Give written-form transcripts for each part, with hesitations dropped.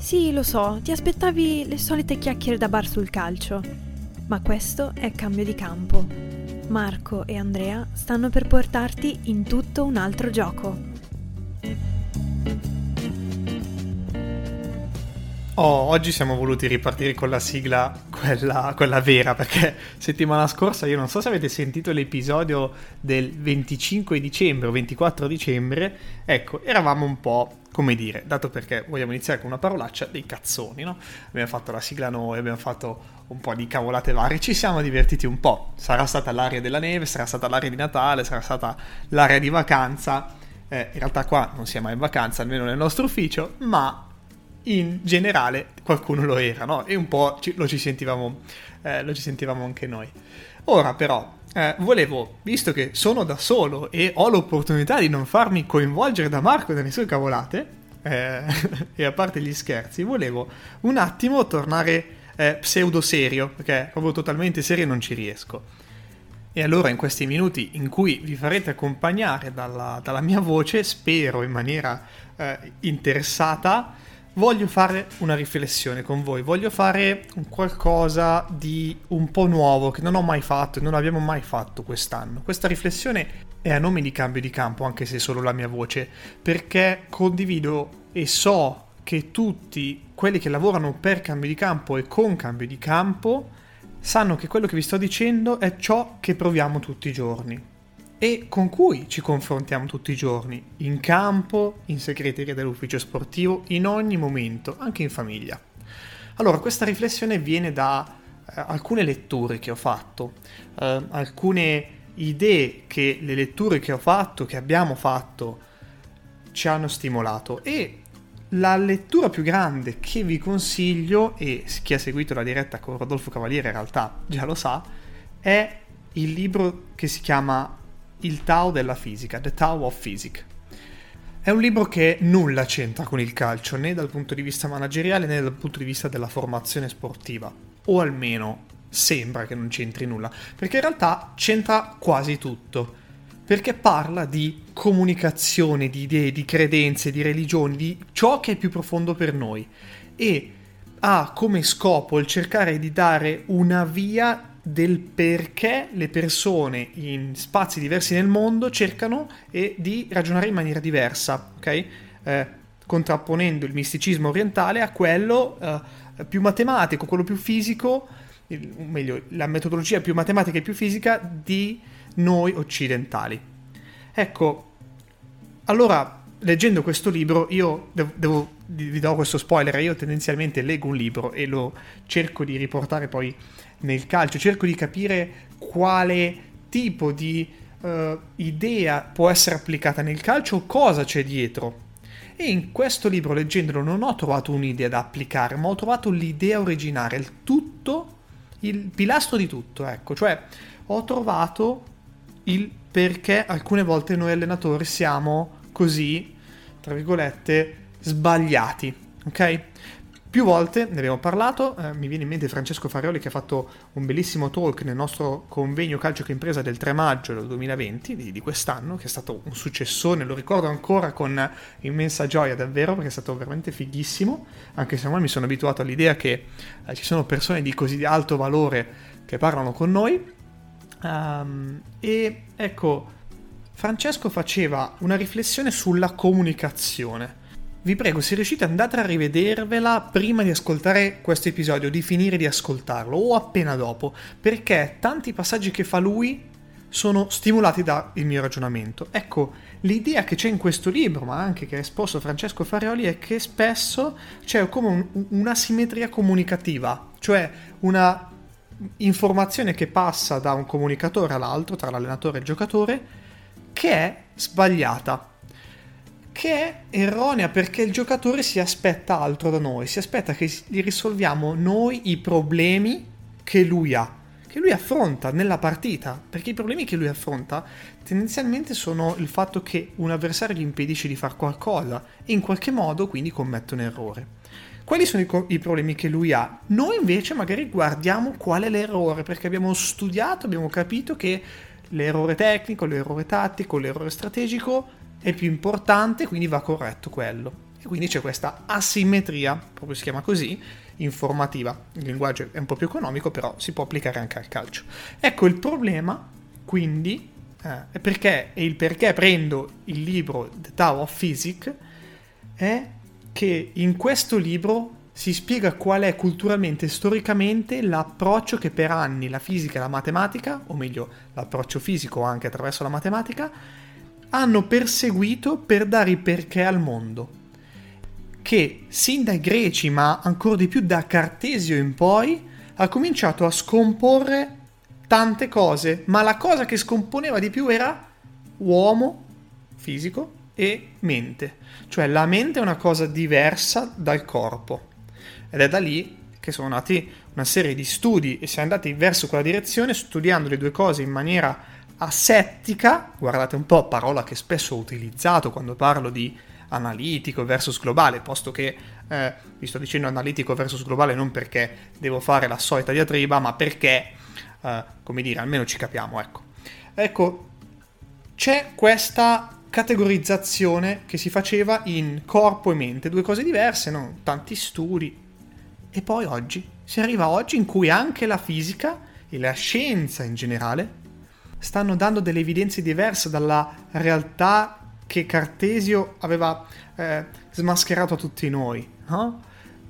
Sì, lo so, ti aspettavi le solite chiacchiere da bar sul calcio. Ma questo è Cambio di Campo. Marco e Andrea stanno per portarti in tutto un altro gioco. Oggi siamo voluti ripartire con la sigla, quella vera, perché settimana scorsa, io non so se avete sentito l'episodio del 25 dicembre o 24 dicembre, ecco, eravamo un po', come dire, dato perché vogliamo iniziare con una parolaccia, dei cazzoni, no? Abbiamo fatto la sigla noi, abbiamo fatto un po' di cavolate varie, ci siamo divertiti un po'. Sarà stata l'aria della neve, sarà stata l'aria di Natale, sarà stata l'aria di vacanza. In realtà qua non si è mai in vacanza, almeno nel nostro ufficio, ma in generale qualcuno lo era, no? E un po' lo ci sentivamo anche noi. Ora però volevo, visto che sono da solo e ho l'opportunità di non farmi coinvolgere da Marco e dalle sue cavolate, e a parte gli scherzi, volevo un attimo tornare pseudo serio, perché proprio totalmente serio non ci riesco. E allora in questi minuti in cui vi farete accompagnare dalla mia voce, spero in maniera interessata, voglio fare una riflessione con voi, voglio fare un qualcosa di un po' nuovo che non ho mai fatto e non abbiamo mai fatto quest'anno. Questa riflessione è a nome di Cambio di Campo, anche se è solo la mia voce, perché condivido e so che tutti quelli che lavorano per Cambio di Campo e con Cambio di Campo sanno che quello che vi sto dicendo è ciò che proviamo tutti i giorni e con cui ci confrontiamo tutti i giorni, in campo, in segreteria dell'ufficio sportivo, in ogni momento, anche in famiglia. Allora, questa riflessione viene da alcune letture che ho fatto, alcune idee che le letture che ho fatto, che abbiamo fatto, ci hanno stimolato. E la lettura più grande che vi consiglio, e chi ha seguito la diretta con Rodolfo Cavaliere in realtà già lo sa, è il libro che si chiama Il Tao della fisica, The Tao of Physics. È un libro che nulla c'entra con il calcio, né dal punto di vista manageriale né dal punto di vista della formazione sportiva, o almeno sembra che non c'entri nulla, perché in realtà c'entra quasi tutto, perché parla di comunicazione, di idee, di credenze, di religioni, di ciò che è più profondo per noi, e ha come scopo il cercare di dare una via del perché le persone in spazi diversi nel mondo cercano di ragionare in maniera diversa, ok? Contrapponendo il misticismo orientale a quello più matematico, quello più fisico, meglio, la metodologia più matematica e più fisica di noi occidentali. Ecco, allora, leggendo questo libro, io vi do questo spoiler, io tendenzialmente leggo un libro e lo cerco di riportare poi nel calcio, cerco di capire quale tipo di idea può essere applicata nel calcio, cosa c'è dietro. E in questo libro, leggendolo, non ho trovato un'idea da applicare, ma ho trovato l'idea originale, il tutto, il pilastro di tutto, ecco, cioè ho trovato il perché alcune volte noi allenatori siamo così, tra virgolette, sbagliati, ok? Più volte ne abbiamo parlato, mi viene in mente Francesco Farioli che ha fatto un bellissimo talk nel nostro convegno Calcio che Impresa del 3 maggio del 2020, di quest'anno, che è stato un successone, lo ricordo ancora con immensa gioia davvero, perché è stato veramente fighissimo, anche se ormai mi sono abituato all'idea che ci sono persone di così alto valore che parlano con noi. E ecco, Francesco faceva una riflessione sulla comunicazione. Vi prego, se riuscite, andate a rivedervela prima di ascoltare questo episodio, di finire di ascoltarlo o appena dopo, perché tanti passaggi che fa lui sono stimolati dal mio ragionamento. Ecco, l'idea che c'è in questo libro, ma anche che ha esposto Francesco Farioli, è che spesso c'è come una simmetria comunicativa, cioè una informazione che passa da un comunicatore all'altro, tra l'allenatore e il giocatore, che è sbagliata, che è erronea, perché il giocatore si aspetta altro da noi, si aspetta che gli risolviamo noi i problemi che lui ha, che lui affronta nella partita, perché i problemi che lui affronta tendenzialmente sono il fatto che un avversario gli impedisce di fare qualcosa e in qualche modo quindi commette un errore. Quali sono i problemi che lui ha? Noi invece magari guardiamo qual è l'errore, perché abbiamo studiato, abbiamo capito che l'errore tecnico, l'errore tattico, l'errore strategico è più importante, quindi va corretto quello. e quindi c'è questa asimmetria, proprio si chiama così, informativa. Il linguaggio è un po' più economico, però si può applicare anche al calcio. Ecco, il problema quindi è perché prendo il libro The Tao of Physics è che in questo libro si spiega qual è culturalmente e storicamente l'approccio che per anni la fisica e la matematica, o meglio l'approccio fisico anche attraverso la matematica, hanno perseguito per dare il perché al mondo. Che sin dai greci, ma ancora di più da Cartesio in poi, ha cominciato a scomporre tante cose, ma la cosa che scomponeva di più era uomo, fisico, e mente. Cioè la mente è una cosa diversa dal corpo. Ed è da lì che sono nati una serie di studi e si è andati verso quella direzione, studiando le due cose in maniera asettica. Guardate un po', parola che spesso ho utilizzato quando parlo di analitico versus globale, posto che vi sto dicendo analitico versus globale non perché devo fare la solita diatriba, ma perché, come dire, almeno ci capiamo, ecco, c'è questa categorizzazione che si faceva in corpo e mente, due cose diverse, no? Tanti studi, e poi si arriva oggi in cui anche la fisica e la scienza in generale stanno dando delle evidenze diverse dalla realtà che Cartesio aveva smascherato a tutti noi, no?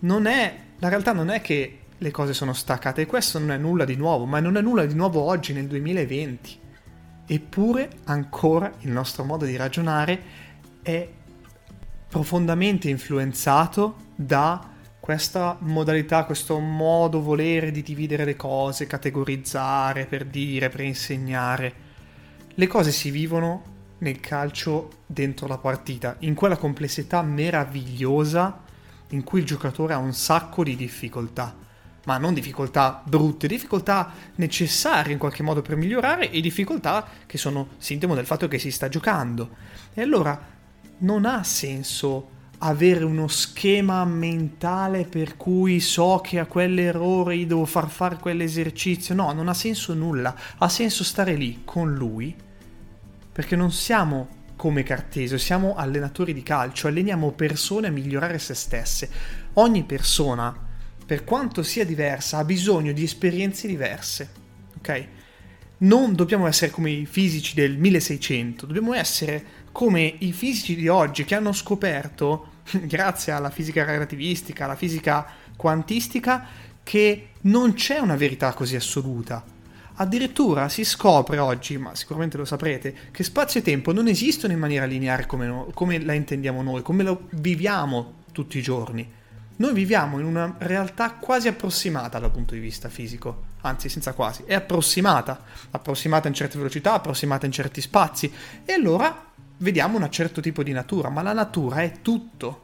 La realtà non è che le cose sono staccate, e questo non è nulla di nuovo, ma non è nulla di nuovo oggi nel 2020. Eppure ancora il nostro modo di ragionare è profondamente influenzato da questa modalità, questo modo volere di dividere le cose, categorizzare, per dire, per insegnare. Le cose si vivono nel calcio dentro la partita, in quella complessità meravigliosa in cui il giocatore ha un sacco di difficoltà, ma non difficoltà brutte, difficoltà necessarie in qualche modo per migliorare e difficoltà che sono sintomo del fatto che si sta giocando. E allora non ha senso avere uno schema mentale per cui so che a quell'errore gli devo far fare quell'esercizio. No, non ha senso nulla. Ha senso stare lì con lui, perché non siamo come Cartesio, siamo allenatori di calcio, alleniamo persone a migliorare se stesse. Ogni persona, per quanto sia diversa, ha bisogno di esperienze diverse, ok? Non dobbiamo essere come i fisici del 1600, dobbiamo essere come i fisici di oggi che hanno scoperto, grazie alla fisica relativistica, alla fisica quantistica, che non c'è una verità così assoluta. Addirittura si scopre oggi, ma sicuramente lo saprete, che spazio e tempo non esistono in maniera lineare come la intendiamo noi, come lo viviamo tutti i giorni. Noi viviamo in una realtà quasi approssimata dal punto di vista fisico, anzi senza quasi, è approssimata in certe velocità, approssimata in certi spazi, e allora vediamo un certo tipo di natura, ma la natura è tutto.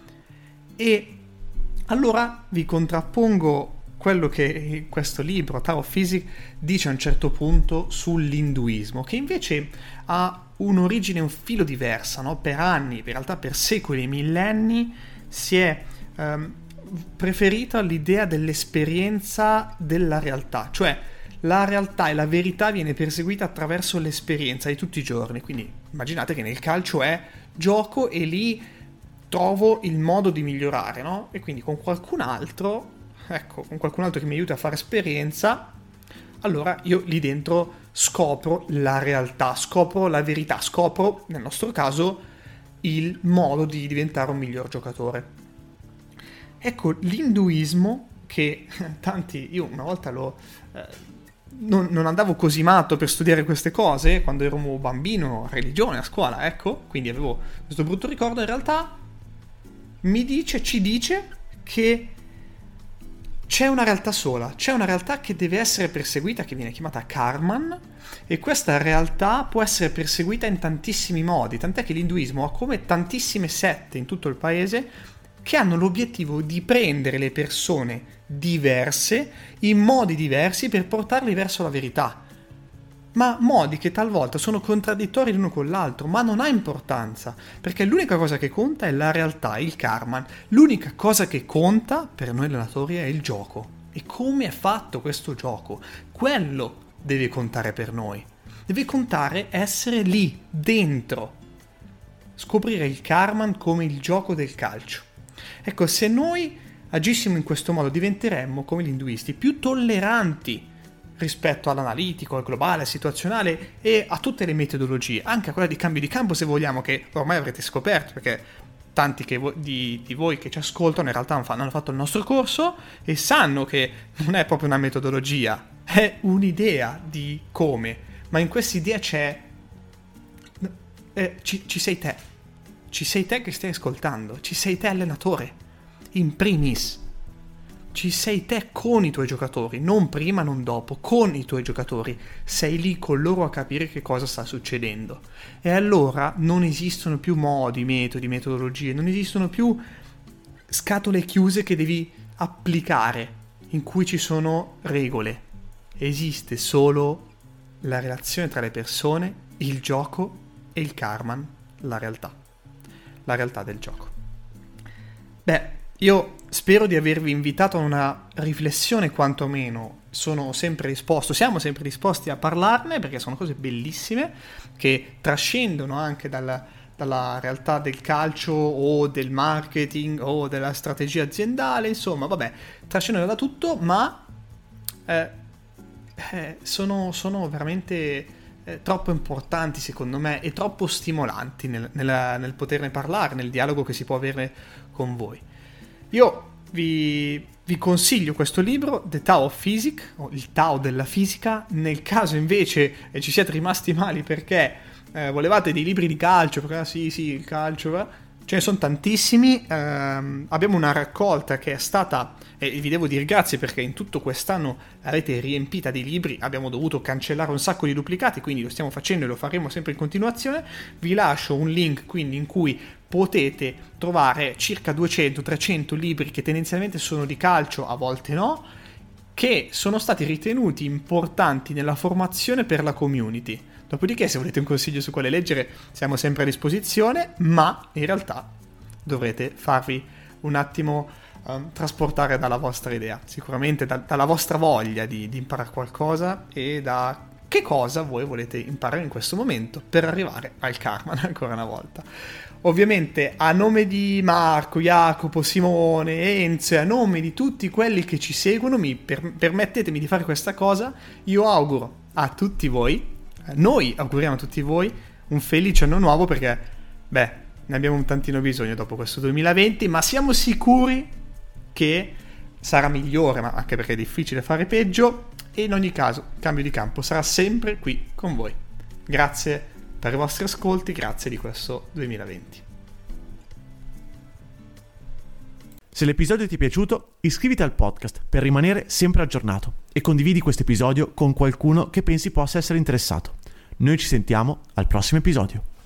E allora vi contrappongo quello che questo libro, Tao of Physics, dice a un certo punto sull'induismo, che invece ha un'origine, un filo diversa, no? Per anni, in realtà per secoli e millenni, si è preferita l'idea dell'esperienza della realtà, cioè la realtà e la verità viene perseguita attraverso l'esperienza di tutti i giorni. Quindi immaginate che nel calcio è gioco e lì trovo il modo di migliorare, no? E quindi con qualcun altro che mi aiuta a fare esperienza, allora io lì dentro scopro la realtà, scopro la verità, scopro, nel nostro caso, il modo di diventare un miglior giocatore. Ecco, l'induismo, che io una volta non andavo così matto per studiare queste cose, quando ero bambino, religione a scuola, ecco, quindi avevo questo brutto ricordo, in realtà ci dice che c'è una realtà sola, c'è una realtà che deve essere perseguita, che viene chiamata Karman, e questa realtà può essere perseguita in tantissimi modi, tant'è che l'induismo ha come tantissime sette in tutto il paese che hanno l'obiettivo di prendere le persone diverse in modi diversi per portarli verso la verità, ma modi che talvolta sono contraddittori l'uno con l'altro, ma non ha importanza, perché l'unica cosa che conta è la realtà, il karma. L'unica cosa che conta per noi allenatori è il gioco, e come è fatto questo gioco. Quello deve contare per noi, deve contare essere lì dentro. scoprire il Karman come il gioco del calcio. Ecco, se noi agissimo in questo modo diventeremmo, come gli induisti, più tolleranti rispetto all'analitico, al globale, al situazionale e a tutte le metodologie, anche a quella di cambio di campo, se vogliamo, che ormai avrete scoperto, perché tanti di voi che ci ascoltano in realtà hanno fatto il nostro corso e sanno che non è proprio una metodologia, è un'idea di come, ma in questa idea ci sei te. Ci sei te che stai ascoltando, ci sei te allenatore, in primis. Ci sei te con i tuoi giocatori, non prima, non dopo, con i tuoi giocatori. Sei lì con loro a capire che cosa sta succedendo. E allora non esistono più modi, metodi, metodologie, non esistono più scatole chiuse che devi applicare, in cui ci sono regole. Esiste solo la relazione tra le persone, il gioco e il Karman, la realtà del gioco. Beh, io spero di avervi invitato a una riflessione, quantomeno siamo sempre disposti a parlarne, perché sono cose bellissime che trascendono anche dalla realtà del calcio o del marketing o della strategia aziendale, insomma, vabbè, trascendono da tutto, ma sono veramente troppo importanti secondo me e troppo stimolanti nel poterne parlare, nel dialogo che si può avere con voi. Io vi consiglio questo libro, The Tao of Physics, o il Tao della fisica. Nel caso invece ci siete rimasti male perché volevate dei libri di calcio, perché sì, il calcio, ce ne sono tantissimi. Abbiamo una raccolta che è stata, e vi devo dire grazie perché in tutto quest'anno l'avete riempita di libri, abbiamo dovuto cancellare un sacco di duplicati, quindi lo stiamo facendo e lo faremo sempre in continuazione. Vi lascio un link quindi in cui potete trovare circa 200-300 libri che tendenzialmente sono di calcio, a volte no, che sono stati ritenuti importanti nella formazione per la community. Dopodiché, se volete un consiglio su quale leggere, siamo sempre a disposizione, ma in realtà dovrete farvi un attimo trasportare dalla vostra idea, sicuramente dalla vostra voglia di imparare qualcosa e da che cosa voi volete imparare in questo momento per arrivare al Karman ancora una volta. Ovviamente a nome di Marco, Jacopo, Simone, Enzo e a nome di tutti quelli che ci seguono, permettetemi di fare questa cosa. Io auguro a tutti voi, noi auguriamo a tutti voi un felice anno nuovo, perché ne abbiamo un tantino bisogno dopo questo 2020, ma siamo sicuri che sarà migliore, ma anche perché è difficile fare peggio, e in ogni caso Cambio di Campo sarà sempre qui con voi. Grazie per i vostri ascolti, grazie di questo 2020. Se l'episodio ti è piaciuto, iscriviti al podcast per rimanere sempre aggiornato e condividi questo episodio con qualcuno che pensi possa essere interessato. Noi ci sentiamo al prossimo episodio.